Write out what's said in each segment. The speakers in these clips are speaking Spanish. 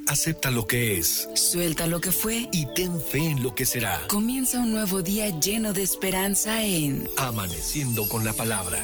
Acepta lo que es. Suelta lo que fue. Y ten fe en lo que será. Comienza un nuevo día lleno de esperanza en Amaneciendo con la Palabra.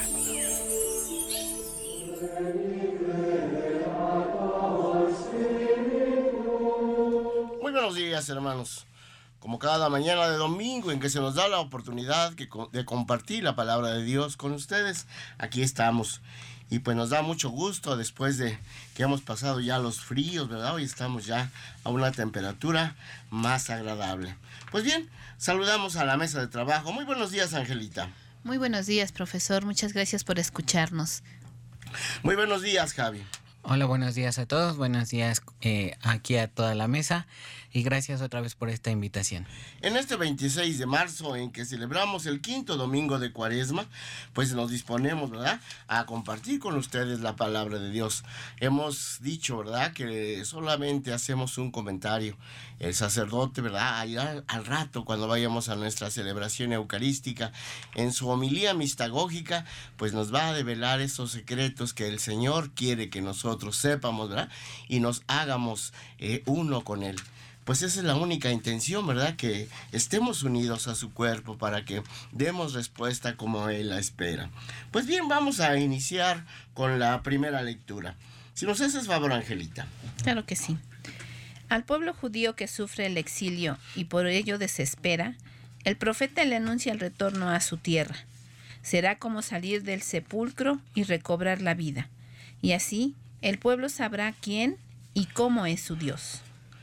Muy buenos días, hermanos. Como cada mañana de domingo en que se nos da la oportunidad de compartir la palabra de Dios con ustedes, aquí estamos. Y pues nos da mucho gusto después de que hemos pasado ya los fríos, ¿verdad? Hoy estamos ya a una temperatura más agradable. Pues bien, saludamos a la mesa de trabajo. Muy buenos días, Angelita. Muy buenos días, profesor. Muchas gracias por escucharnos. Muy buenos días, Javi. Hola, buenos días a todos. Buenos días aquí a toda la mesa. Y gracias otra vez por esta invitación. En este 26 de marzo, en que celebramos el quinto domingo de Cuaresma, pues nos disponemos, ¿verdad?, a compartir con ustedes la palabra de Dios. Hemos dicho, ¿verdad?, que solamente hacemos un comentario. El sacerdote, ¿verdad?, al rato, cuando vayamos a nuestra celebración eucarística, en su homilía mistagógica, pues nos va a develar esos secretos que el Señor quiere que nosotros sepamos, ¿verdad?, y nos hagamos uno con Él. Pues esa es la única intención, ¿verdad? Que estemos unidos a su cuerpo para que demos respuesta como Él la espera. Pues bien, vamos a iniciar con la primera lectura. Si nos haces favor, Angelita. Claro que sí. Al pueblo judío que sufre el exilio y por ello desespera, el profeta le anuncia el retorno a su tierra. Será como salir del sepulcro y recobrar la vida. Y así, el pueblo sabrá quién y cómo es su Dios.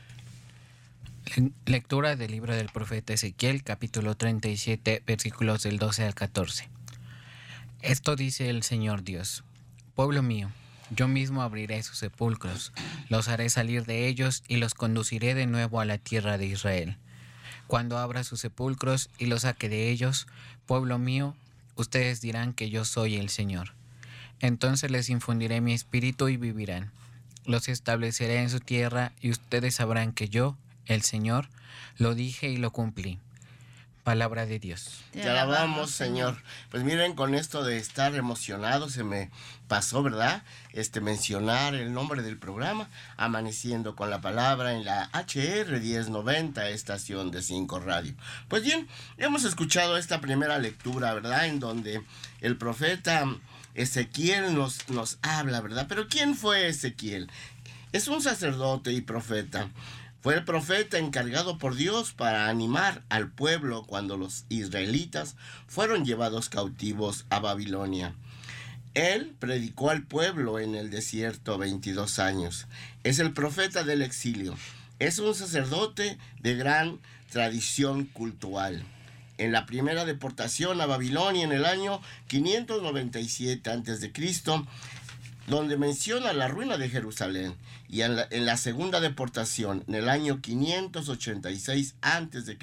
Lectura del libro del profeta Ezequiel, capítulo 37, versículos del 12 al 14. Esto dice el Señor Dios: Pueblo mío, yo mismo abriré sus sepulcros, los haré salir de ellos y los conduciré de nuevo a la tierra de Israel. Cuando abra sus sepulcros y los saque de ellos, pueblo mío, ustedes dirán que yo soy el Señor. Entonces les infundiré mi espíritu y vivirán. Los estableceré en su tierra y ustedes sabrán que yo, el Señor, lo dije y lo cumplí. Palabra de Dios. Te alabamos, Señor. Pues miren, con esto de estar emocionado se me pasó, ¿verdad?, mencionar el nombre del programa, Amaneciendo con la Palabra, en la HR 1090, estación de 5 Radio. Pues bien, hemos escuchado esta primera lectura, ¿verdad?, en donde el profeta Ezequiel nos habla, ¿verdad? Pero ¿quién fue Ezequiel? Es un sacerdote y profeta. Fue el profeta encargado por Dios para animar al pueblo cuando los israelitas fueron llevados cautivos a Babilonia. Él predicó al pueblo en el desierto 22 años. Es el profeta del exilio. Es un sacerdote de gran tradición cultural. En la primera deportación a Babilonia en el año 597 a.C., donde menciona la ruina de Jerusalén, y en la segunda deportación, en el año 586 a.C.,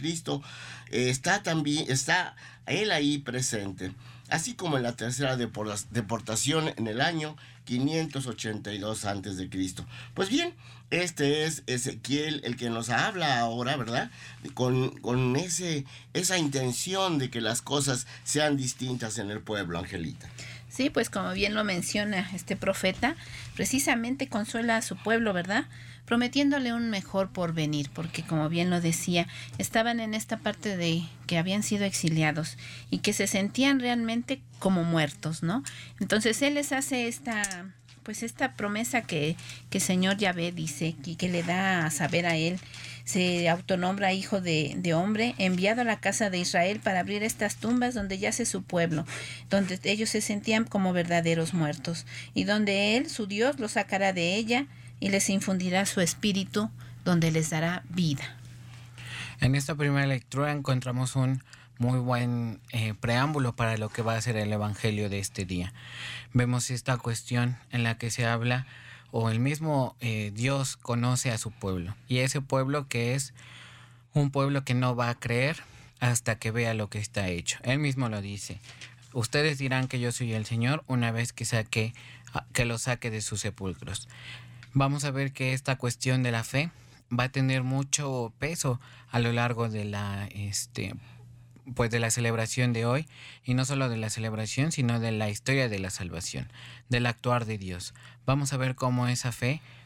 está él ahí presente, así como en la tercera deportación en el año 582 a.C. Pues bien, este es Ezequiel el que nos habla ahora, ¿verdad?, con esa intención de que las cosas sean distintas en el pueblo, Angelita. Sí, pues como bien lo menciona este profeta, precisamente consuela a su pueblo, ¿verdad?, prometiéndole un mejor porvenir, porque como bien lo decía, estaban en esta parte de que habían sido exiliados y que se sentían realmente como muertos, ¿no? Entonces él les hace esta promesa que el Señor Yahvé dice, que le da a saber a él. Se autonombra hijo de hombre, enviado a la casa de Israel para abrir estas tumbas donde yace su pueblo, donde ellos se sentían como verdaderos muertos, y donde él, su Dios, los sacará de ella y les infundirá su espíritu, donde les dará vida. En esta primera lectura encontramos un muy buen preámbulo para lo que va a ser el evangelio de este día. Vemos esta cuestión en la que se habla, o el mismo Dios conoce a su pueblo, y ese pueblo que es un pueblo que no va a creer hasta que vea lo que está hecho. Él mismo lo dice: ustedes dirán que yo soy el Señor una vez que los saque de sus sepulcros. Vamos a ver que esta cuestión de la fe va a tener mucho peso a lo largo de la de la celebración de hoy, y no solo de la celebración, sino de la historia de la salvación, del actuar de Dios. Vamos a ver cómo esa fe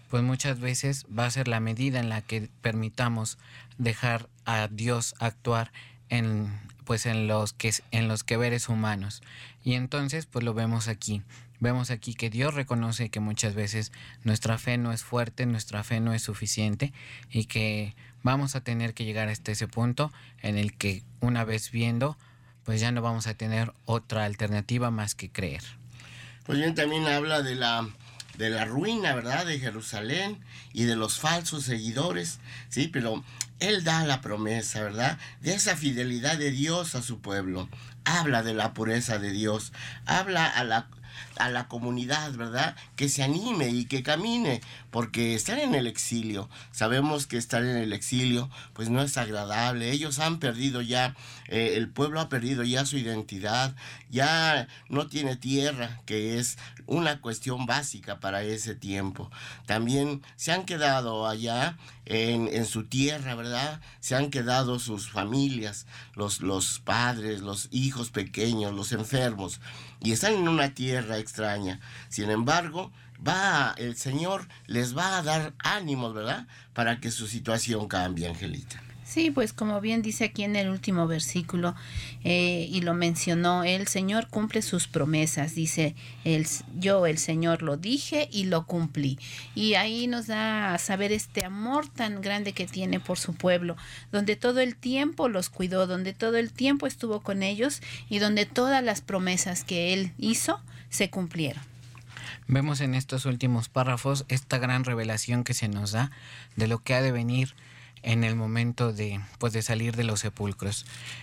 pues muchas veces va a ser la medida en la que permitamos dejar a Dios actuar en los que veres humanos. Y entonces pues lo vemos aquí. Vemos aquí que Dios reconoce que muchas veces nuestra fe no es fuerte, nuestra fe no es suficiente y que vamos a tener que llegar hasta ese punto en el que una vez viendo, pues ya no vamos a tener otra alternativa más que creer. Pues bien, también habla de la ruina, ¿verdad?, de Jerusalén y de los falsos seguidores, ¿sí? Pero Él da la promesa, ¿verdad?, de esa fidelidad de Dios a su pueblo. Habla de la pureza de Dios, habla a la comunidad, ¿verdad?, que se anime y que camine, porque estar en el exilio, sabemos que estar en el exilio pues no es agradable. Ellos han perdido ya, el pueblo ha perdido ya su identidad, ya no tiene tierra, que es una cuestión básica para ese tiempo. También se han quedado allá en su tierra, ¿verdad? Se han quedado sus familias, los padres, los hijos pequeños, los enfermos, y están en una tierra extraña. Sin embargo, el Señor les va a dar ánimos, ¿verdad?, para que su situación cambie, Angelita. Sí, pues como bien dice aquí en el último versículo, y lo mencionó, el Señor cumple sus promesas, dice, yo el Señor lo dije y lo cumplí. Y ahí nos da a saber este amor tan grande que tiene por su pueblo, donde todo el tiempo los cuidó, donde todo el tiempo estuvo con ellos y donde todas las promesas que Él hizo se cumplieron. Vemos en estos últimos párrafos esta gran revelación que se nos da de lo que ha de venir en el momento de salir de los sepulcros.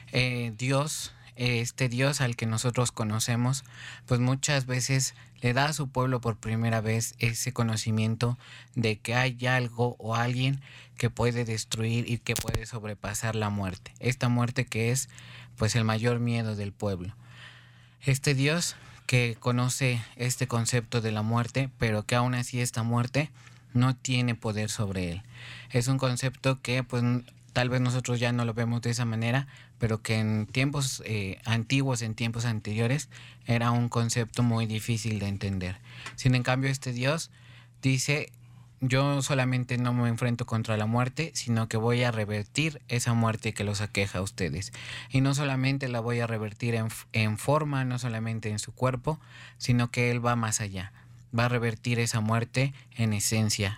Dios, este Dios al que nosotros conocemos, pues muchas veces le da a su pueblo por primera vez ese conocimiento de que hay algo o alguien que puede destruir y que puede sobrepasar la muerte. Esta muerte que es pues el mayor miedo del pueblo. Este Dios que conoce este concepto de la muerte, pero que aún así esta muerte no tiene poder sobre él. Es un concepto que pues tal vez nosotros ya no lo vemos de esa manera, pero que en tiempos antiguos, en tiempos anteriores, era un concepto muy difícil de entender. Sin en cambio, este Dios dice, yo solamente no me enfrento contra la muerte, sino que voy a revertir esa muerte que los aqueja a ustedes. Y no solamente la voy a revertir en forma, no solamente en su cuerpo, sino que Él va más allá. Va a revertir esa muerte en esencia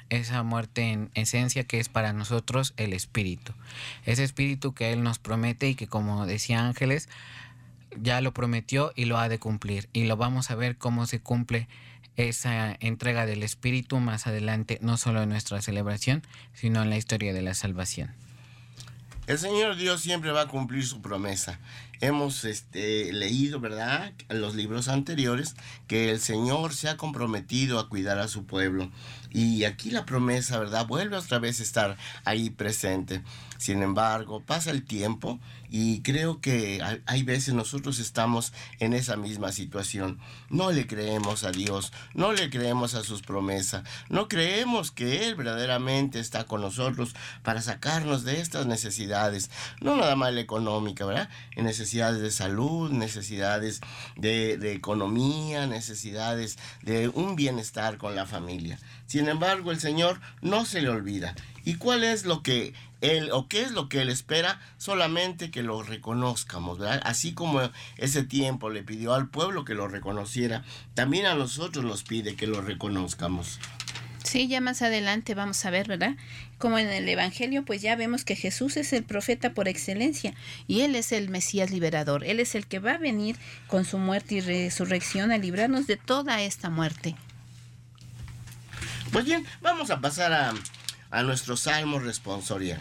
que es para nosotros el espíritu. Ese espíritu que Él nos promete y que, como decía Ángeles, ya lo prometió y lo ha de cumplir. Y lo vamos a ver cómo se cumple esa entrega del espíritu más adelante, no solo en nuestra celebración, sino en la historia de la salvación. El Señor Dios siempre va a cumplir su promesa. Hemos leído, ¿verdad?, en los libros anteriores, que el Señor se ha comprometido a cuidar a su pueblo. Y aquí la promesa, ¿verdad?, vuelve otra vez a estar ahí presente. Sin embargo, pasa el tiempo y creo que hay veces nosotros estamos en esa misma situación. No le creemos a Dios, no le creemos a sus promesas, no creemos que Él verdaderamente está con nosotros para sacarnos de estas necesidades, no nada más la económica, ¿verdad?, en necesidades de salud, necesidades de economía, necesidades de un bienestar con la familia. Sin embargo, el Señor no se le olvida. ¿Y cuál es lo que Él, o qué es lo que Él espera? Solamente que lo reconozcamos, ¿verdad? Así como ese tiempo le pidió al pueblo que lo reconociera, también a nosotros nos pide que lo reconozcamos. Sí, ya más adelante vamos a ver, ¿verdad? Como en el Evangelio, pues ya vemos que Jesús es el profeta por excelencia y Él es el Mesías liberador. Él es el que va a venir con su muerte y resurrección a librarnos de toda esta muerte. Pues bien, vamos a pasar a nuestro Salmo responsorial.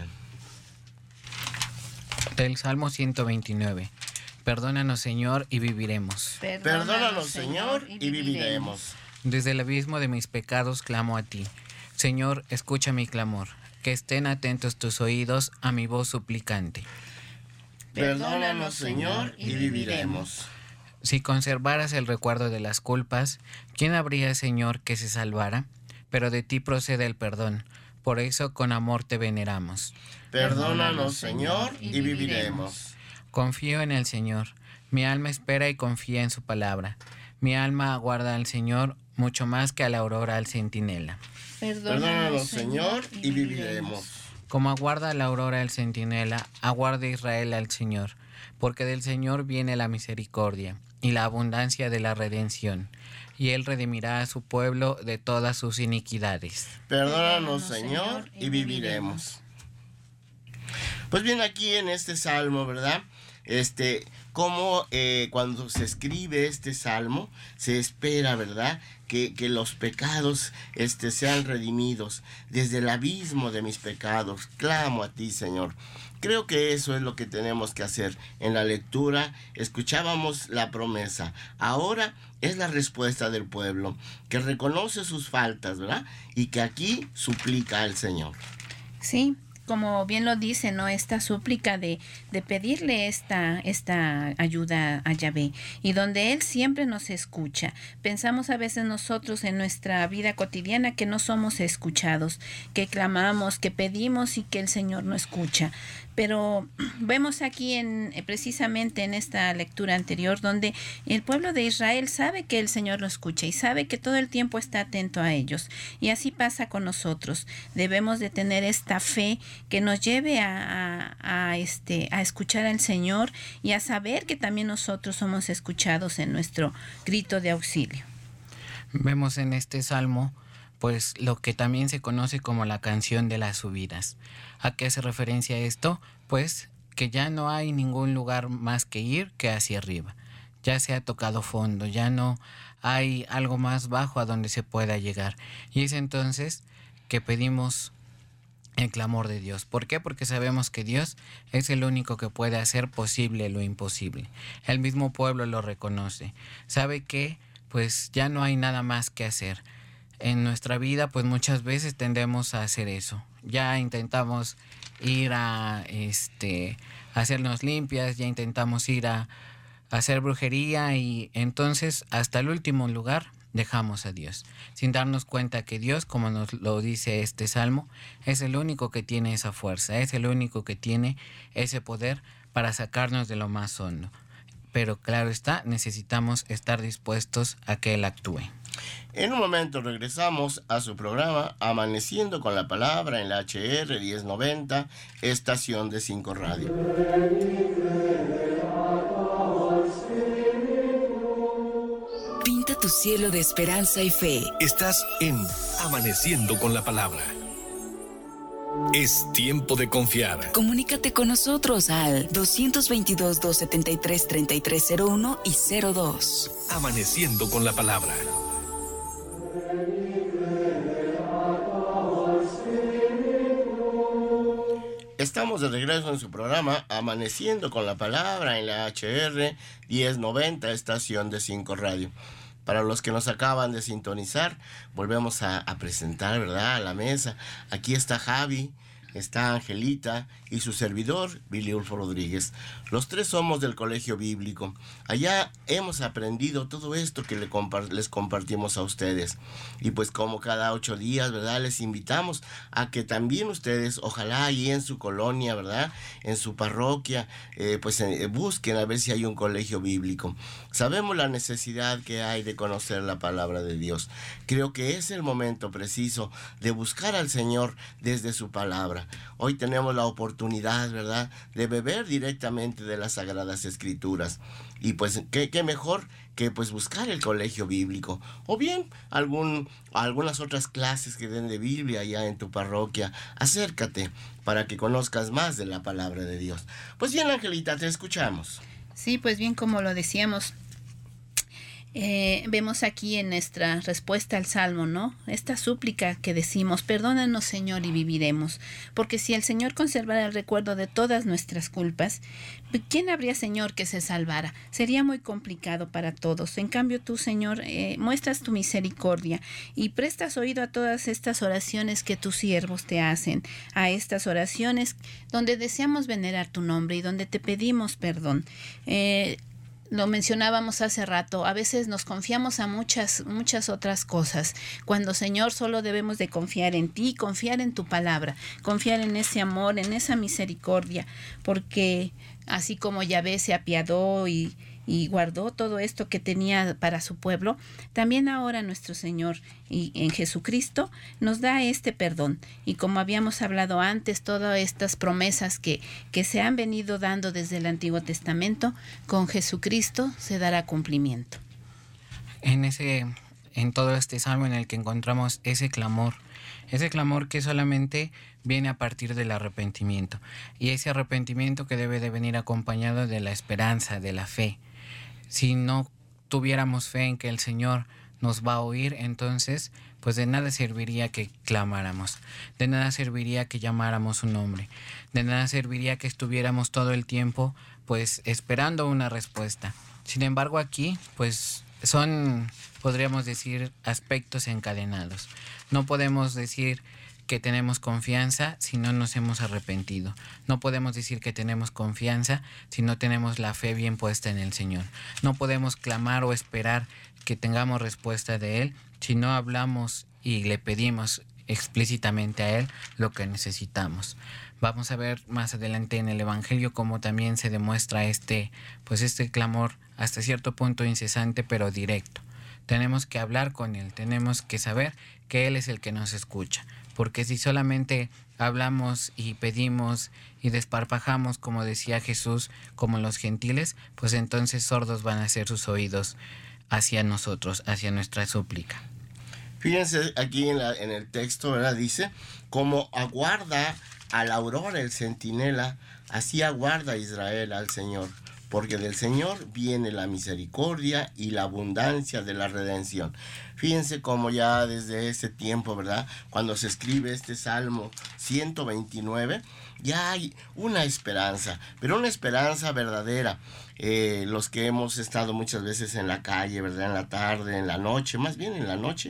Del Salmo 129. Perdónanos, Señor, y viviremos. Perdónanos, Señor, y viviremos. Desde el abismo de mis pecados clamo a ti. Señor, escucha mi clamor. Que estén atentos tus oídos a mi voz suplicante. Perdónanos, Señor, y viviremos. Si conservaras el recuerdo de las culpas, ¿quién habría, Señor, que se salvara? Pero de ti procede el perdón. Por eso con amor te veneramos. Perdónanos, Señor, y viviremos. Confío en el Señor. Mi alma espera y confía en su palabra. Mi alma aguarda al Señor mucho más que a la aurora al centinela. Perdónanos, Señor, y viviremos. Como aguarda la aurora el centinela, aguarda Israel al Señor, porque del Señor viene la misericordia y la abundancia de la redención, y Él redimirá a su pueblo de todas sus iniquidades. Perdónanos, Señor, y viviremos. Pues bien, aquí en este salmo, ¿verdad? Como cuando se escribe este salmo, se espera, ¿verdad?, que los pecados sean redimidos. Desde el abismo de mis pecados, clamo a ti, Señor. Creo que eso es lo que tenemos que hacer. En la lectura escuchábamos la promesa. Ahora es la respuesta del pueblo, que reconoce sus faltas, ¿verdad? Y que aquí suplica al Señor. Sí, como bien lo dice, ¿no? Esta súplica de pedirle esta ayuda a Yahvé, y donde Él siempre nos escucha. Pensamos a veces nosotros en nuestra vida cotidiana que no somos escuchados, que clamamos, que pedimos y que el Señor no escucha. Pero vemos aquí precisamente en esta lectura anterior, donde el pueblo de Israel sabe que el Señor lo escucha y sabe que todo el tiempo está atento a ellos. Y así pasa con nosotros. Debemos de tener esta fe que nos lleve a escuchar al Señor y a saber que también nosotros somos escuchados en nuestro grito de auxilio. Vemos en este salmo pues lo que también se conoce como la canción de las subidas. ¿A qué hace referencia esto? Pues que ya no hay ningún lugar más que ir que hacia arriba. Ya se ha tocado fondo, ya no hay algo más bajo a donde se pueda llegar. Y es entonces que pedimos el clamor de Dios. ¿Por qué? Porque sabemos que Dios es el único que puede hacer posible lo imposible. El mismo pueblo lo reconoce. Sabe que pues ya no hay nada más que hacer. En nuestra vida pues muchas veces tendemos a hacer eso. Ya intentamos ir a hacernos limpias, ya intentamos ir a hacer brujería, y entonces hasta el último lugar dejamos a Dios, sin darnos cuenta que Dios, como nos lo dice este salmo, es el único que tiene esa fuerza, es el único que tiene ese poder para sacarnos de lo más hondo. Pero claro está, necesitamos estar dispuestos a que Él actúe. En un momento regresamos a su programa Amaneciendo con la Palabra en la HR 1090, estación de 5 Radio. Pinta tu cielo de esperanza y fe. Estás en Amaneciendo con la Palabra. Es tiempo de confiar. Comunícate con nosotros al 222-273-3301 y 02. Amaneciendo con la Palabra. Estamos de regreso en su programa Amaneciendo con la Palabra en la HR 1090, estación de 5 Radio. Para los que nos acaban de sintonizar, volvemos a presentar, ¿verdad?, a la mesa. Aquí está Javi, está Angelita y su servidor, Biliulfo Rodríguez. Los tres somos del Colegio Bíblico. Allá hemos aprendido todo esto que les compartimos a ustedes. Y pues como cada 8 días, ¿verdad?, les invitamos a que también ustedes, ojalá ahí en su colonia, ¿verdad?, en su parroquia, busquen a ver si hay un colegio bíblico. Sabemos la necesidad que hay de conocer la palabra de Dios. Creo que es el momento preciso de buscar al Señor desde su palabra. Hoy tenemos la oportunidad, ¿verdad?, de beber directamente de las Sagradas Escrituras. Y pues, ¿qué mejor que pues buscar el colegio bíblico? O bien, algunas otras clases que den de Biblia allá en tu parroquia. Acércate para que conozcas más de la palabra de Dios. Pues bien, Angelita, te escuchamos. Sí, pues bien, como lo decíamos, vemos aquí en nuestra respuesta al Salmo, ¿no?, esta súplica que decimos: perdónanos, Señor, y viviremos. Porque si el Señor conservara el recuerdo de todas nuestras culpas, ¿quién habría, Señor, que se salvara? Sería muy complicado para todos. En cambio, tú, Señor, muestras tu misericordia y prestas oído a todas estas oraciones que tus siervos te hacen, a estas oraciones donde deseamos venerar tu nombre y donde te pedimos perdón. Lo mencionábamos hace rato, a veces nos confiamos a muchas otras cosas, cuando, Señor, solo debemos de confiar en ti, confiar en tu palabra, confiar en ese amor, en esa misericordia, porque así como Yahvé se apiadó y y guardó todo esto que tenía para su pueblo, también ahora nuestro Señor y en Jesucristo nos da este perdón. Y como habíamos hablado antes, todas estas promesas que se han venido dando desde el Antiguo Testamento, con Jesucristo se dará cumplimiento. En todo este salmo en el que encontramos ese clamor que solamente viene a partir del arrepentimiento, y ese arrepentimiento que debe de venir acompañado de la esperanza, de la fe. Si no tuviéramos fe en que el Señor nos va a oír, entonces pues de nada serviría que clamáramos, de nada serviría que llamáramos su nombre, de nada serviría que estuviéramos todo el tiempo pues esperando una respuesta. Sin embargo, aquí pues son, podríamos decir, aspectos encadenados. No podemos decir que tenemos confianza si no nos hemos arrepentido. No podemos decir que tenemos confianza si no tenemos la fe bien puesta en el Señor. No podemos clamar o esperar que tengamos respuesta de Él si no hablamos y le pedimos explícitamente a Él lo que necesitamos. Vamos a ver más adelante en el Evangelio cómo también se demuestra este clamor hasta cierto punto incesante pero directo. Tenemos que hablar con Él, tenemos que saber que Él es el que nos escucha, porque si solamente hablamos y pedimos y desparpajamos, como decía Jesús, como los gentiles, pues entonces sordos van a ser sus oídos hacia nosotros, hacia nuestra súplica. Fíjense aquí en el texto, ¿verdad? Dice, como aguarda a la aurora el centinela, así aguarda Israel al Señor, porque del Señor viene la misericordia y la abundancia de la redención. Fíjense cómo ya desde ese tiempo, ¿verdad? Cuando se escribe este Salmo 129, ya hay una esperanza, pero una esperanza verdadera. Los que hemos estado muchas veces en la calle, ¿verdad? En la tarde, en la noche, más bien en la noche,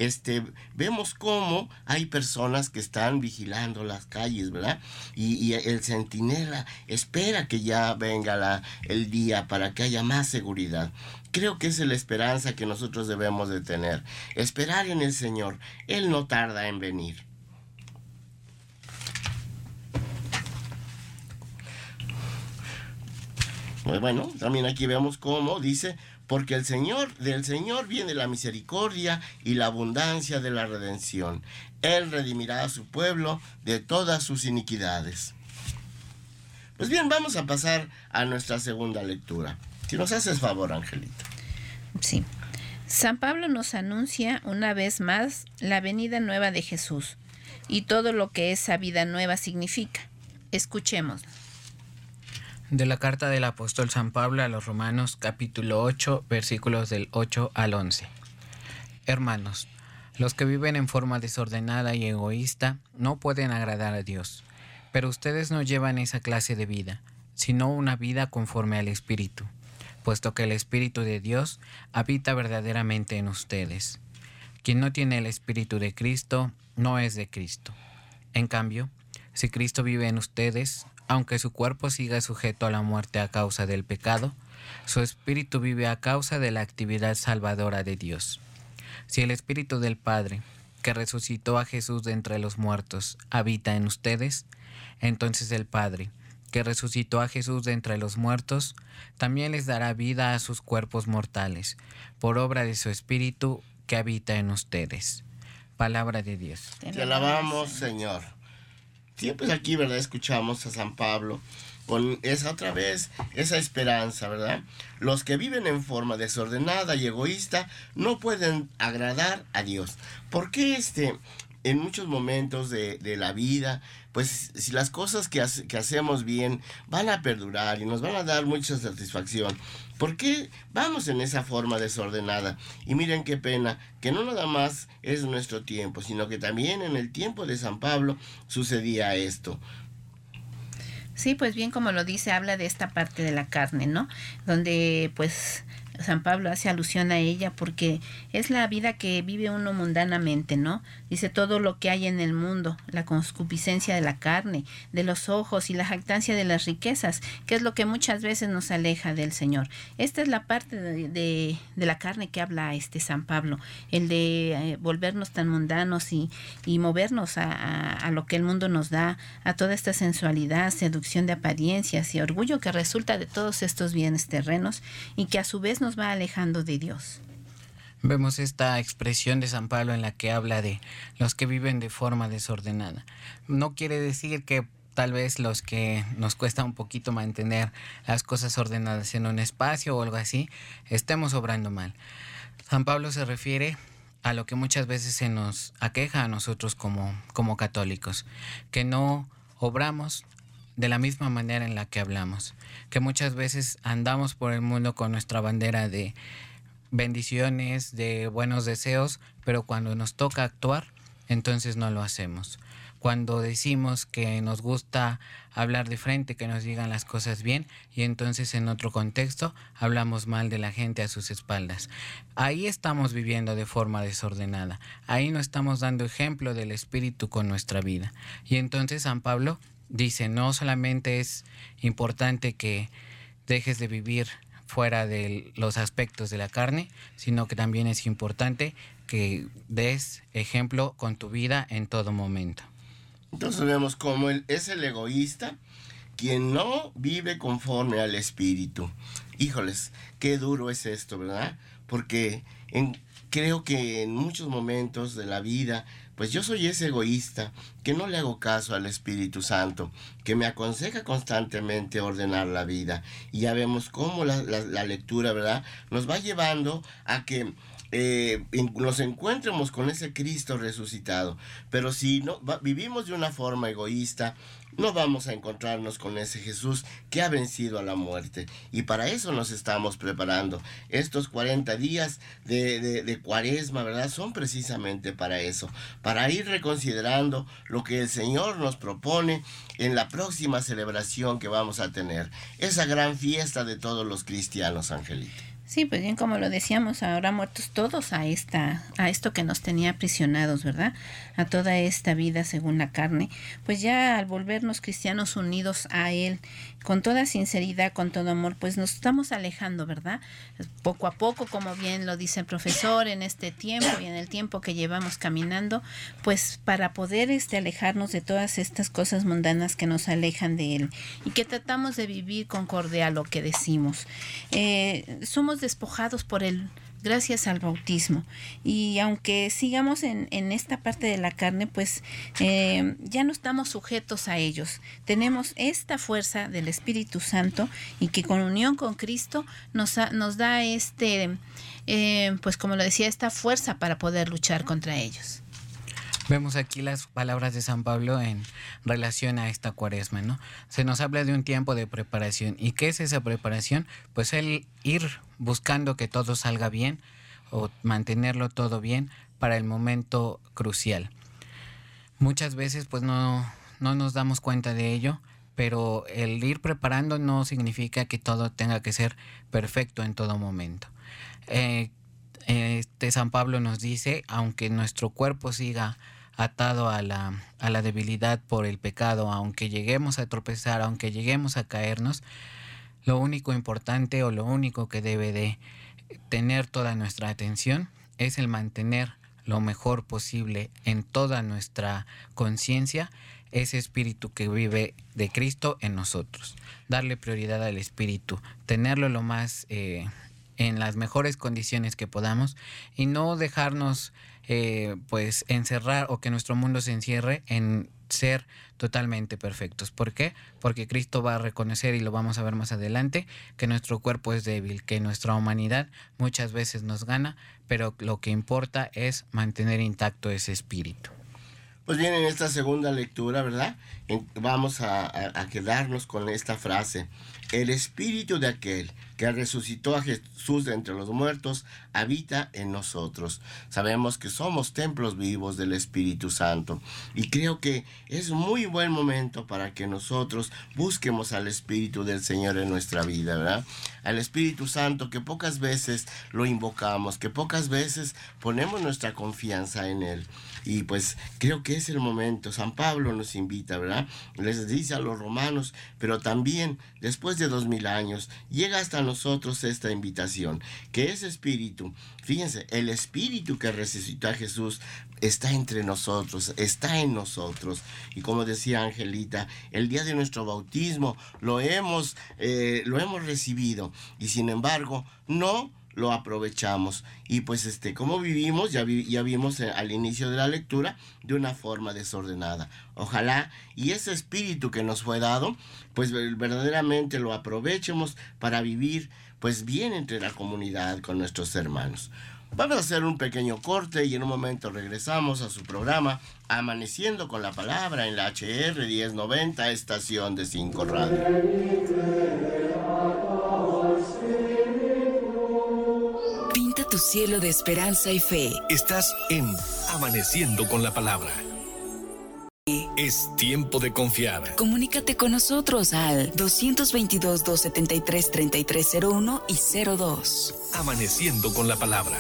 vemos cómo hay personas que están vigilando las calles, ¿verdad? Y el centinela espera que ya venga el día para que haya más seguridad. Creo que esa es la esperanza que nosotros debemos de tener. Esperar en el Señor. Él no tarda en venir. Bueno, también aquí vemos cómo dice, porque del Señor viene la misericordia y la abundancia de la redención. Él redimirá a su pueblo de todas sus iniquidades. Pues bien, vamos a pasar a nuestra segunda lectura. Si nos haces favor, Angelita. Sí. San Pablo nos anuncia una vez más la venida nueva de Jesús y todo lo que esa vida nueva significa. Escuchemos. De la carta del apóstol San Pablo a los Romanos, capítulo 8, versículos del 8 al 11. Hermanos, los que viven en forma desordenada y egoísta no pueden agradar a Dios, pero ustedes no llevan esa clase de vida, sino una vida conforme al Espíritu, puesto que el Espíritu de Dios habita verdaderamente en ustedes. Quien no tiene el Espíritu de Cristo no es de Cristo. En cambio, si Cristo vive en ustedes, aunque su cuerpo siga sujeto a la muerte a causa del pecado, su espíritu vive a causa de la actividad salvadora de Dios. Si el Espíritu del Padre, que resucitó a Jesús de entre los muertos, habita en ustedes, entonces el Padre, que resucitó a Jesús de entre los muertos, también les dará vida a sus cuerpos mortales, por obra de su Espíritu que habita en ustedes. Palabra de Dios. Te alabamos, Señor. Sí, pues aquí, ¿verdad? Escuchamos a San Pablo con otra vez esa esperanza, ¿verdad? Los que viven en forma desordenada y egoísta no pueden agradar a Dios. ¿Por qué en muchos momentos de la vida, pues si las cosas que hacemos bien van a perdurar y nos van a dar mucha satisfacción? ¿Por qué vamos en esa forma desordenada? Y miren qué pena, que no nada más es nuestro tiempo, sino que también en el tiempo de San Pablo sucedía esto. Sí, pues bien como lo dice, habla de esta parte de la carne, ¿no? Donde pues San Pablo hace alusión a ella porque es la vida que vive uno mundanamente, ¿no? Dice todo lo que hay en el mundo, la concupiscencia de la carne, de los ojos y la jactancia de las riquezas, que es lo que muchas veces nos aleja del Señor. Esta es la parte de la carne que habla San Pablo, el de volvernos tan mundanos y movernos a lo que el mundo nos da, a toda esta sensualidad, seducción de apariencias y orgullo que resulta de todos estos bienes terrenos y que a su vez nos va alejando de Dios. Vemos esta expresión de San Pablo en la que habla de los que viven de forma desordenada. No quiere decir que tal vez los que nos cuesta un poquito mantener las cosas ordenadas en un espacio o algo así, estemos obrando mal. San Pablo se refiere a lo que muchas veces se nos aqueja a nosotros como católicos, que no obramos de la misma manera en la que hablamos, que muchas veces andamos por el mundo con nuestra bandera de bendiciones, de buenos deseos, pero cuando nos toca actuar, entonces no lo hacemos. Cuando decimos que nos gusta hablar de frente, que nos digan las cosas bien, y entonces en otro contexto hablamos mal de la gente a sus espaldas. Ahí estamos viviendo de forma desordenada. Ahí no estamos dando ejemplo del Espíritu con nuestra vida. Y entonces San Pablo dice, no solamente es importante que dejes de vivir fuera de los aspectos de la carne, sino que también es importante que des ejemplo con tu vida en todo momento. Entonces vemos cómo es el egoísta quien no vive conforme al Espíritu. Híjoles, qué duro es esto, ¿verdad? Porque creo que en muchos momentos de la vida, pues yo soy ese egoísta que no le hago caso al Espíritu Santo, que me aconseja constantemente ordenar la vida. Y ya vemos cómo la lectura, ¿verdad?, nos va llevando a que nos encuentremos con ese Cristo resucitado. Pero si no vivimos de una forma egoísta, no vamos a encontrarnos con ese Jesús que ha vencido a la muerte. Y para eso nos estamos preparando. Estos 40 días de Cuaresma, ¿verdad?, son precisamente para eso, para ir reconsiderando lo que el Señor nos propone en la próxima celebración que vamos a tener, esa gran fiesta de todos los cristianos, Angelito. Sí, pues bien, como lo decíamos, ahora muertos todos a esto que nos tenía aprisionados, ¿verdad? A toda esta vida según la carne, pues ya al volvernos cristianos unidos a Él, con toda sinceridad, con todo amor, pues nos estamos alejando, ¿verdad? Poco a poco, como bien lo dice el profesor, en este tiempo y en el tiempo que llevamos caminando, pues para poder alejarnos de todas estas cosas mundanas que nos alejan de Él y que tratamos de vivir concorde a lo que decimos. Somos despojados por Él gracias al bautismo, y aunque sigamos en esta parte de la carne, pues ya no estamos sujetos a ellos. Tenemos esta fuerza del Espíritu Santo y que con unión con Cristo nos da pues como lo decía, esta fuerza para poder luchar contra ellos. Vemos aquí las palabras de San Pablo en relación a esta Cuaresma, ¿no? Se nos habla de un tiempo de preparación. ¿Y qué es esa preparación? Pues el ir buscando que todo salga bien o mantenerlo todo bien para el momento crucial. Muchas veces pues no nos damos cuenta de ello, pero el ir preparando no significa que todo tenga que ser perfecto en todo momento. San Pablo nos dice, aunque nuestro cuerpo siga atado a la debilidad por el pecado, aunque lleguemos a tropezar, aunque lleguemos a caernos, lo único importante o lo único que debe de tener toda nuestra atención es el mantener lo mejor posible en toda nuestra conciencia ese espíritu que vive de Cristo en nosotros. Darle prioridad al espíritu, tenerlo lo más en las mejores condiciones que podamos y no dejarnos pues encerrar o que nuestro mundo se encierre en ser totalmente perfectos. ¿Por qué? Porque Cristo va a reconocer, y lo vamos a ver más adelante, que nuestro cuerpo es débil, que nuestra humanidad muchas veces nos gana, pero lo que importa es mantener intacto ese espíritu. Pues bien, en esta segunda lectura, ¿verdad? Vamos a quedarnos con esta frase. El espíritu de aquel que resucitó a Jesús de entre los muertos habita en nosotros. Sabemos que somos templos vivos del Espíritu Santo y creo que es muy buen momento para que nosotros busquemos al Espíritu del Señor en nuestra vida, ¿verdad? Al Espíritu Santo, que pocas veces lo invocamos, que pocas veces ponemos nuestra confianza en Él. Y pues creo que es el momento. San Pablo nos invita, ¿verdad? Les dice a los romanos, pero también después de 2000 años llega hasta nosotros esta invitación, que ese espíritu, fíjense, el espíritu que resucitó a Jesús está entre nosotros, está en nosotros. Y como decía Angelita, el día de nuestro bautismo lo hemos recibido y sin embargo no lo aprovechamos. Y pues como vivimos, ya vimos al inicio de la lectura, de una forma desordenada. Ojalá y ese espíritu que nos fue dado, pues verdaderamente lo aprovechemos para vivir pues bien entre la comunidad con nuestros hermanos. Vamos a hacer un pequeño corte y en un momento regresamos a su programa Amaneciendo con la Palabra en la HR 1090, estación de 5 Radio. Pinta tu cielo de esperanza y fe. Estás en Amaneciendo con la Palabra. Es tiempo de confiar. Comunícate con nosotros al 222-273-3301 y 02. Amaneciendo con la Palabra.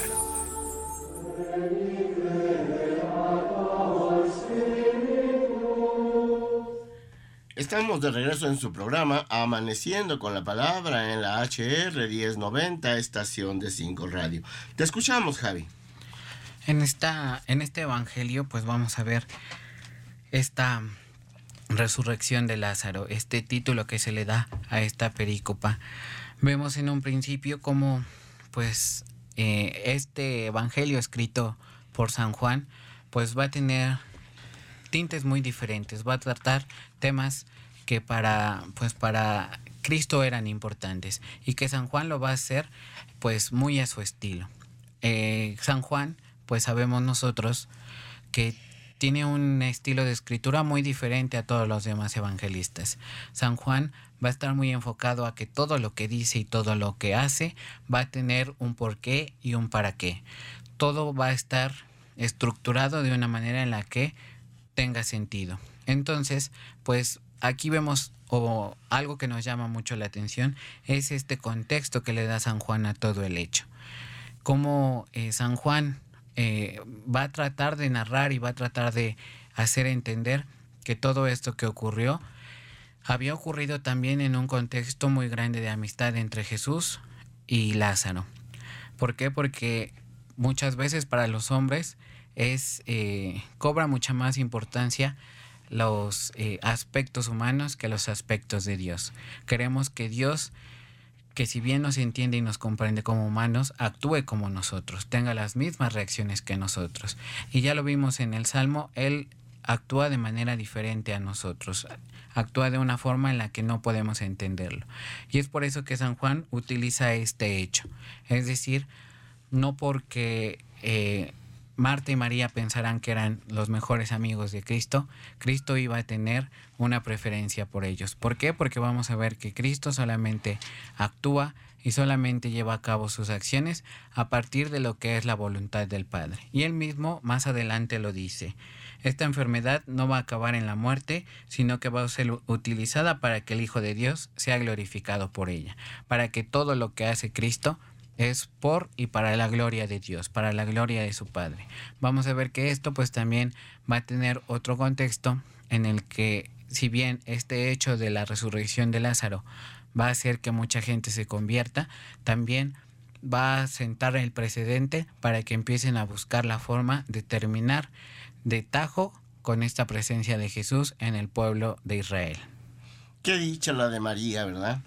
Estamos de regreso en su programa Amaneciendo con la Palabra en la HR 1090, estación de 5 Radio. Te escuchamos, Javi. En este evangelio pues vamos a ver esta resurrección de Lázaro, este título que se le da a esta perícopa. Vemos en un principio cómo pues este evangelio escrito por San Juan pues va a tener tintes muy diferentes, va a tratar temas que para Cristo eran importantes y que San Juan lo va a hacer pues muy a su estilo. San Juan, pues sabemos nosotros que tiene un estilo de escritura muy diferente a todos los demás evangelistas. San Juan va a estar muy enfocado a que todo lo que dice y todo lo que hace va a tener un porqué y un para qué. Todo va a estar estructurado de una manera en la que tenga sentido. Entonces, pues aquí vemos algo que nos llama mucho la atención, es este contexto que le da San Juan a todo el hecho. Cómo San Juan va a tratar de narrar y va a tratar de hacer entender que todo esto que ocurrió había ocurrido también en un contexto muy grande de amistad entre Jesús y Lázaro. ¿Por qué? Porque muchas veces para los hombres cobra mucha más importancia los aspectos humanos que los aspectos de Dios. Queremos que Dios, que si bien nos entiende y nos comprende como humanos, actúe como nosotros, tenga las mismas reacciones que nosotros. Y ya lo vimos en el Salmo, Él actúa de manera diferente a nosotros, actúa de una forma en la que no podemos entenderlo. Y es por eso que San Juan utiliza este hecho. Es decir, no porque Marta y María pensarán que eran los mejores amigos de Cristo, Cristo iba a tener una preferencia por ellos. ¿Por qué? Porque vamos a ver que Cristo solamente actúa y solamente lleva a cabo sus acciones a partir de lo que es la voluntad del Padre. Y él mismo más adelante lo dice. Esta enfermedad no va a acabar en la muerte, sino que va a ser utilizada para que el Hijo de Dios sea glorificado por ella, para que todo lo que hace Cristo es por y para la gloria de Dios, para la gloria de su Padre. Vamos a ver que esto pues también va a tener otro contexto en el que, si bien este hecho de la resurrección de Lázaro va a hacer que mucha gente se convierta, también va a sentar el precedente para que empiecen a buscar la forma de terminar de tajo con esta presencia de Jesús en el pueblo de Israel. Qué dicha la de María, ¿verdad?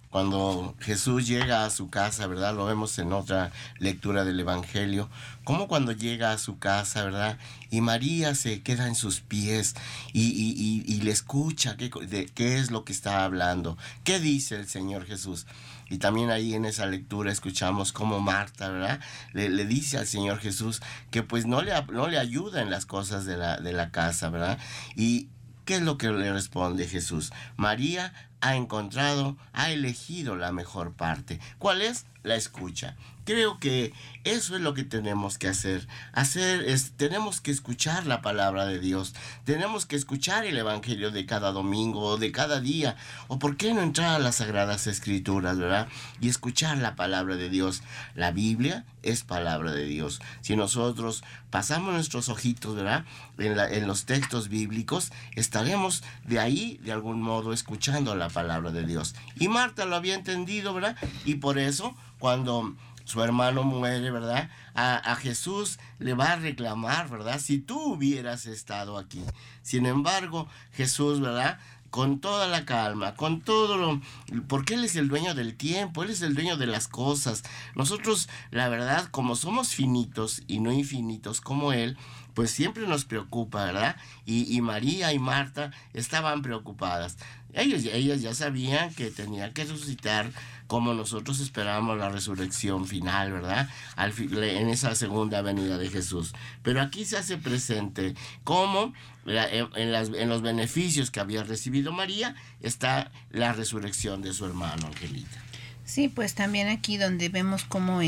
cuando Jesús llega a su casa, ¿verdad? Lo vemos en otra lectura del Evangelio, como cuando llega a su casa, ¿verdad? Y María se queda en sus pies y le escucha qué es lo que está hablando, qué dice el Señor Jesús. Y también ahí en esa lectura escuchamos cómo Marta, ¿verdad? Le dice al Señor Jesús que pues no le ayuda en las cosas de la casa, ¿verdad? Y ¿qué es lo que le responde Jesús? María ha elegido la mejor parte. ¿Cuál es? La escucha. Creo que eso es lo que tenemos que hacer. Tenemos que escuchar la palabra de Dios. Tenemos que escuchar el Evangelio de cada domingo o de cada día. O por qué no entrar a las Sagradas Escrituras, ¿verdad? Y escuchar la palabra de Dios. La Biblia es palabra de Dios. Si nosotros pasamos nuestros ojitos, ¿verdad? En los textos bíblicos, estaremos de ahí, de algún modo, escuchando la palabra de Dios. Y Marta lo había entendido, ¿verdad? Y por eso, cuando su hermano muere, ¿verdad? A Jesús le va a reclamar, ¿verdad? Si tú hubieras estado aquí. Sin embargo, Jesús, ¿verdad? Con toda la calma, con todo porque Él es el dueño del tiempo, Él es el dueño de las cosas. Nosotros, la verdad, como somos finitos y no infinitos como Él, pues siempre nos preocupa, ¿verdad? Y María y Marta estaban preocupadas. Ellas ya sabían que tenía que resucitar como nosotros esperamos la resurrección final, ¿verdad? En esa segunda venida de Jesús. Pero aquí se hace presente cómo en los beneficios que había recibido María está la resurrección de su hermano, Angelita. Sí, pues también aquí donde vemos cómo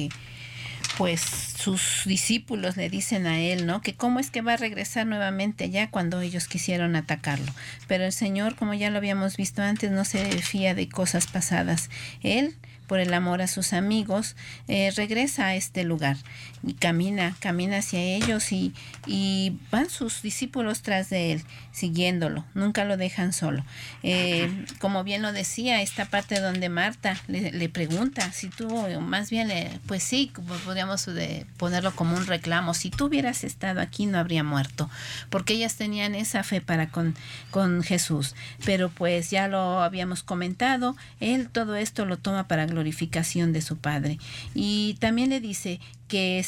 pues sus discípulos le dicen a él, ¿no? Que cómo es que va a regresar nuevamente allá cuando ellos quisieron atacarlo. Pero el Señor, como ya lo habíamos visto antes, no se fía de cosas pasadas. Él, por el amor a sus amigos, regresa a este lugar y camina hacia ellos y van sus discípulos tras de él, siguiéndolo, nunca lo dejan solo. Como bien lo decía, esta parte donde Marta le pregunta, si tú, más bien, pues sí, podríamos ponerlo como un reclamo, si tú hubieras estado aquí no habría muerto, porque ellas tenían esa fe para con Jesús, pero pues ya lo habíamos comentado, él todo esto lo toma para glorificación de su Padre. Y también le dice que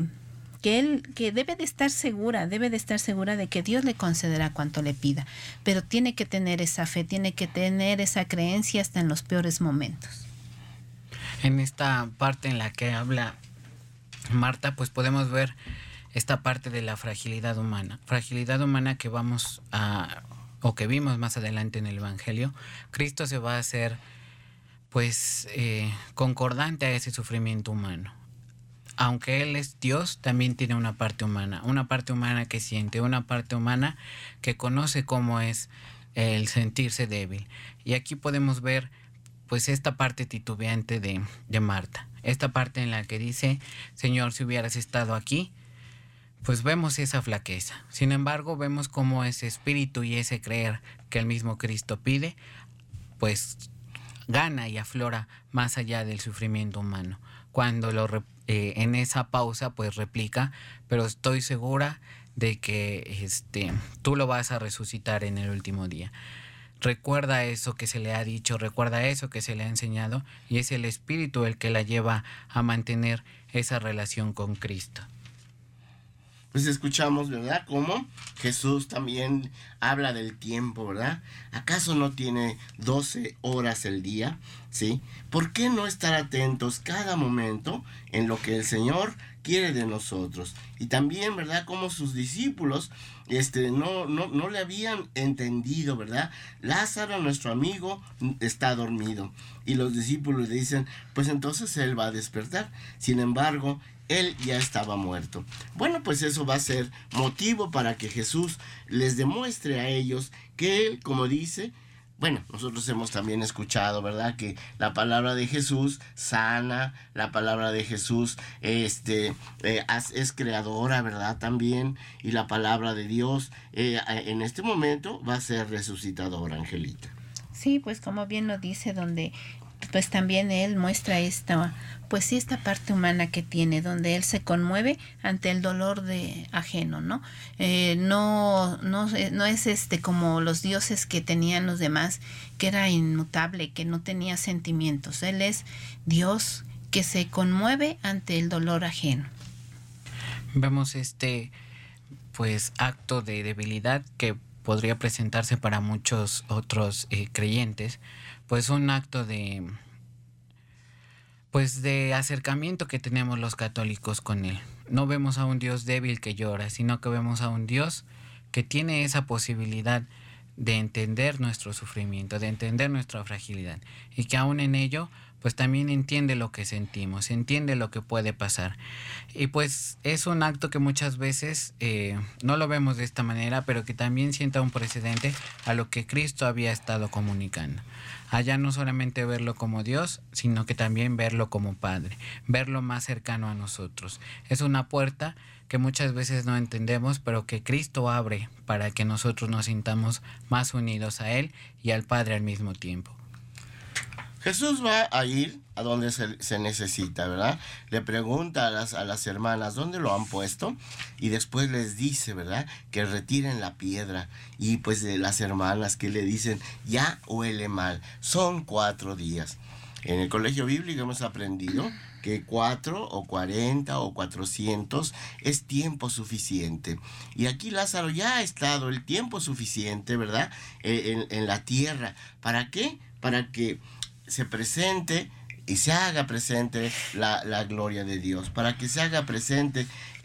que debe de estar segura de que Dios le concederá cuanto le pida, pero tiene que tener esa fe, tiene que tener esa creencia hasta en los peores momentos. En esta parte en la que habla Marta, pues podemos ver esta parte de la fragilidad humana que vamos o que vimos más adelante en el Evangelio. Cristo se va a hacer pues concordante a ese sufrimiento humano. Aunque Él es Dios, también tiene una parte humana que siente, una parte humana que conoce cómo es el sentirse débil. Y aquí podemos ver pues esta parte titubeante de Marta, esta parte en la que dice, Señor, si hubieras estado aquí, pues vemos esa flaqueza. Sin embargo, vemos cómo ese espíritu y ese creer que el mismo Cristo pide, pues gana y aflora más allá del sufrimiento humano. Cuando en esa pausa pues replica, pero estoy segura de que tú lo vas a resucitar en el último día. Recuerda eso que se le ha dicho, recuerda eso que se le ha enseñado, y es el Espíritu el que la lleva a mantener esa relación con Cristo. Pues escuchamos, ¿verdad? Cómo Jesús también habla del tiempo, ¿verdad? ¿Acaso no tiene 12 horas el día? ¿Sí? ¿Por qué no estar atentos cada momento en lo que el Señor quiere de nosotros? Y también, ¿verdad? Como sus discípulos no le habían entendido, ¿verdad? Lázaro, nuestro amigo, está dormido. Y los discípulos le dicen, pues entonces él va a despertar. Sin embargo, él ya estaba muerto. Bueno, pues eso va a ser motivo para que Jesús les demuestre a ellos que Él, como dice, bueno, nosotros hemos también escuchado, ¿verdad? Que la palabra de Jesús sana, la palabra de Jesús es creadora, ¿verdad? También, y la palabra de Dios en este momento va a ser resucitadora, Angelita. Sí, pues como bien lo dice, donde pues también él muestra esta parte humana que tiene, donde él se conmueve ante el dolor de ajeno, ¿no? No es como los dioses que tenían los demás, que era inmutable, que no tenía sentimientos. Él es Dios que se conmueve ante el dolor ajeno. Vemos pues acto de debilidad que podría presentarse para muchos otros creyentes, pues un acto de acercamiento que tenemos los católicos con él. No vemos a un Dios débil que llora, sino que vemos a un Dios que tiene esa posibilidad de entender nuestro sufrimiento, de entender nuestra fragilidad, y que aún en ello pues también entiende lo que sentimos, entiende lo que puede pasar. Y pues es un acto que muchas veces no lo vemos de esta manera, pero que también sienta un precedente a lo que Cristo había estado comunicando. Allá no solamente verlo como Dios, sino que también verlo como Padre, verlo más cercano a nosotros. Es una puerta que muchas veces no entendemos, pero que Cristo abre para que nosotros nos sintamos más unidos a Él y al Padre al mismo tiempo. Jesús va a ir a donde se necesita, ¿verdad? Le pregunta a las hermanas dónde lo han puesto y después les dice, ¿verdad?, que retiren la piedra. Y pues de las hermanas que le dicen, ya huele mal, son 4 días. En el colegio bíblico hemos aprendido que 4 o 40 o 400 es tiempo suficiente. Y aquí Lázaro ya ha estado el tiempo suficiente, ¿verdad?, en la tierra. ¿Para qué? Para que se presente y se haga presente la gloria de Dios, para que se haga presente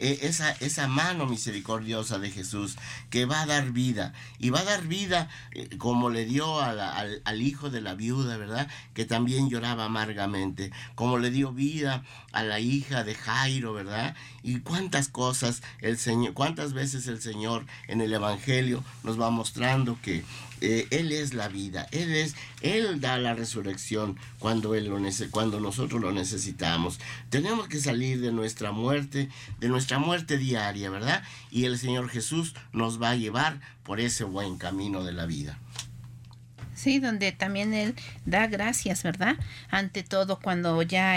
esa mano misericordiosa de Jesús que va a dar vida, y va a dar vida como le dio al hijo de la viuda, ¿verdad?, que también lloraba amargamente, como le dio vida a la hija de Jairo, ¿verdad? Y cuántas cosas cuántas veces el Señor en el Evangelio nos va mostrando que Él es la vida, Él da la resurrección cuando nosotros lo necesitamos. Tenemos que salir de nuestra muerte diaria, ¿verdad? Y el Señor Jesús nos va a llevar por ese buen camino de la vida. Sí, donde también él da gracias, ¿verdad? Ante todo, cuando ya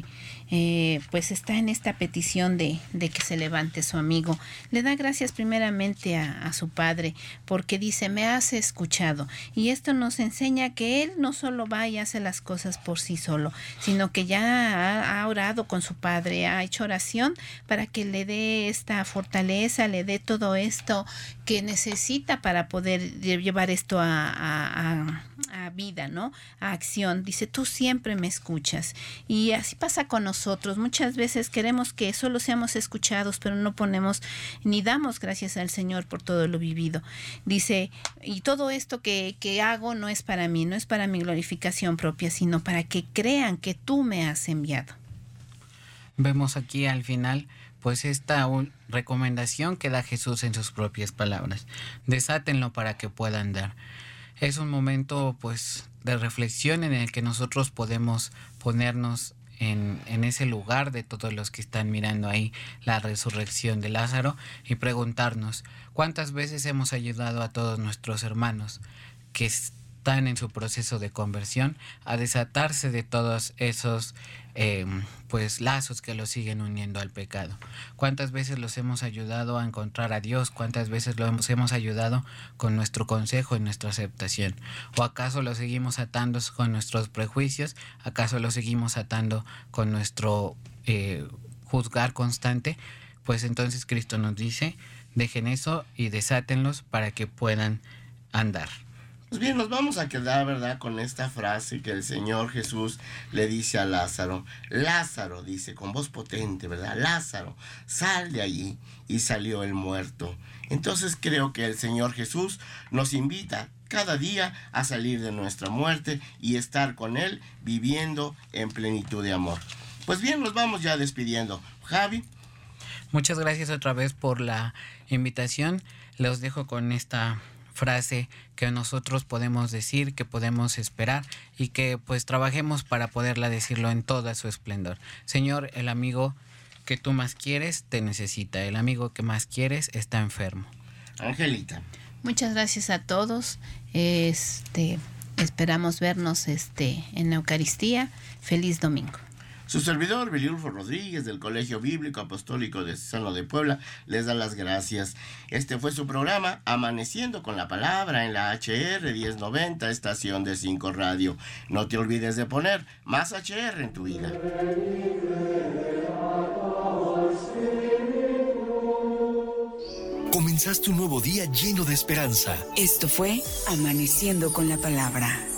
pues está en esta petición de que se levante su amigo, le da gracias primeramente a su padre, porque dice, me has escuchado. Y esto nos enseña que él no solo va y hace las cosas por sí solo, sino que ya ha orado con su padre, ha hecho oración para que le dé esta fortaleza, le dé todo esto que necesita para poder llevar esto a vida, ¿no?, a acción. Dice, tú siempre me escuchas. Y así pasa con nosotros. Muchas veces queremos que solo seamos escuchados, pero no ponemos ni damos gracias al Señor por todo lo vivido. Dice, y todo esto que hago no es para mí, no es para mi glorificación propia, sino para que crean que tú me has enviado. Vemos aquí al final pues esta recomendación que da Jesús en sus propias palabras. Desátenlo para que puedan dar. Es un momento pues de reflexión en el que nosotros podemos ponernos en ese lugar de todos los que están mirando ahí la resurrección de Lázaro y preguntarnos cuántas veces hemos ayudado a todos nuestros hermanos que están en su proceso de conversión a desatarse de todos esos pues lazos que los siguen uniendo al pecado. ¿Cuántas veces los hemos ayudado a encontrar a Dios? ¿Cuántas veces hemos ayudado con nuestro consejo y nuestra aceptación? ¿O acaso lo seguimos atando con nuestros prejuicios? ¿Acaso lo seguimos atando con nuestro juzgar constante? Pues entonces Cristo nos dice, dejen eso y desátenlos para que puedan andar. Pues bien, nos vamos a quedar, ¿verdad?, con esta frase que el Señor Jesús le dice a Lázaro. Lázaro, dice con voz potente, ¿verdad? Lázaro, sal de allí. Y salió el muerto. Entonces creo que el Señor Jesús nos invita cada día a salir de nuestra muerte y estar con Él viviendo en plenitud de amor. Pues bien, nos vamos ya despidiendo. Javi. Muchas gracias otra vez por la invitación. Los dejo con esta frase que nosotros podemos decir, que podemos esperar y que pues trabajemos para poderla decirlo en toda su esplendor. Señor, el amigo que tú más quieres te necesita, el amigo que más quieres está enfermo. Angelita. Muchas gracias a todos. Esperamos vernos en la Eucaristía. Feliz domingo. Su servidor, Beliulfo Rodríguez, del Colegio Bíblico Apostólico de Sano de Puebla, les da las gracias. Este fue su programa, Amaneciendo con la Palabra, en la HR 1090, estación de 5 Radio. No te olvides de poner más HR en tu vida. Comenzaste un nuevo día lleno de esperanza. Esto fue Amaneciendo con la Palabra.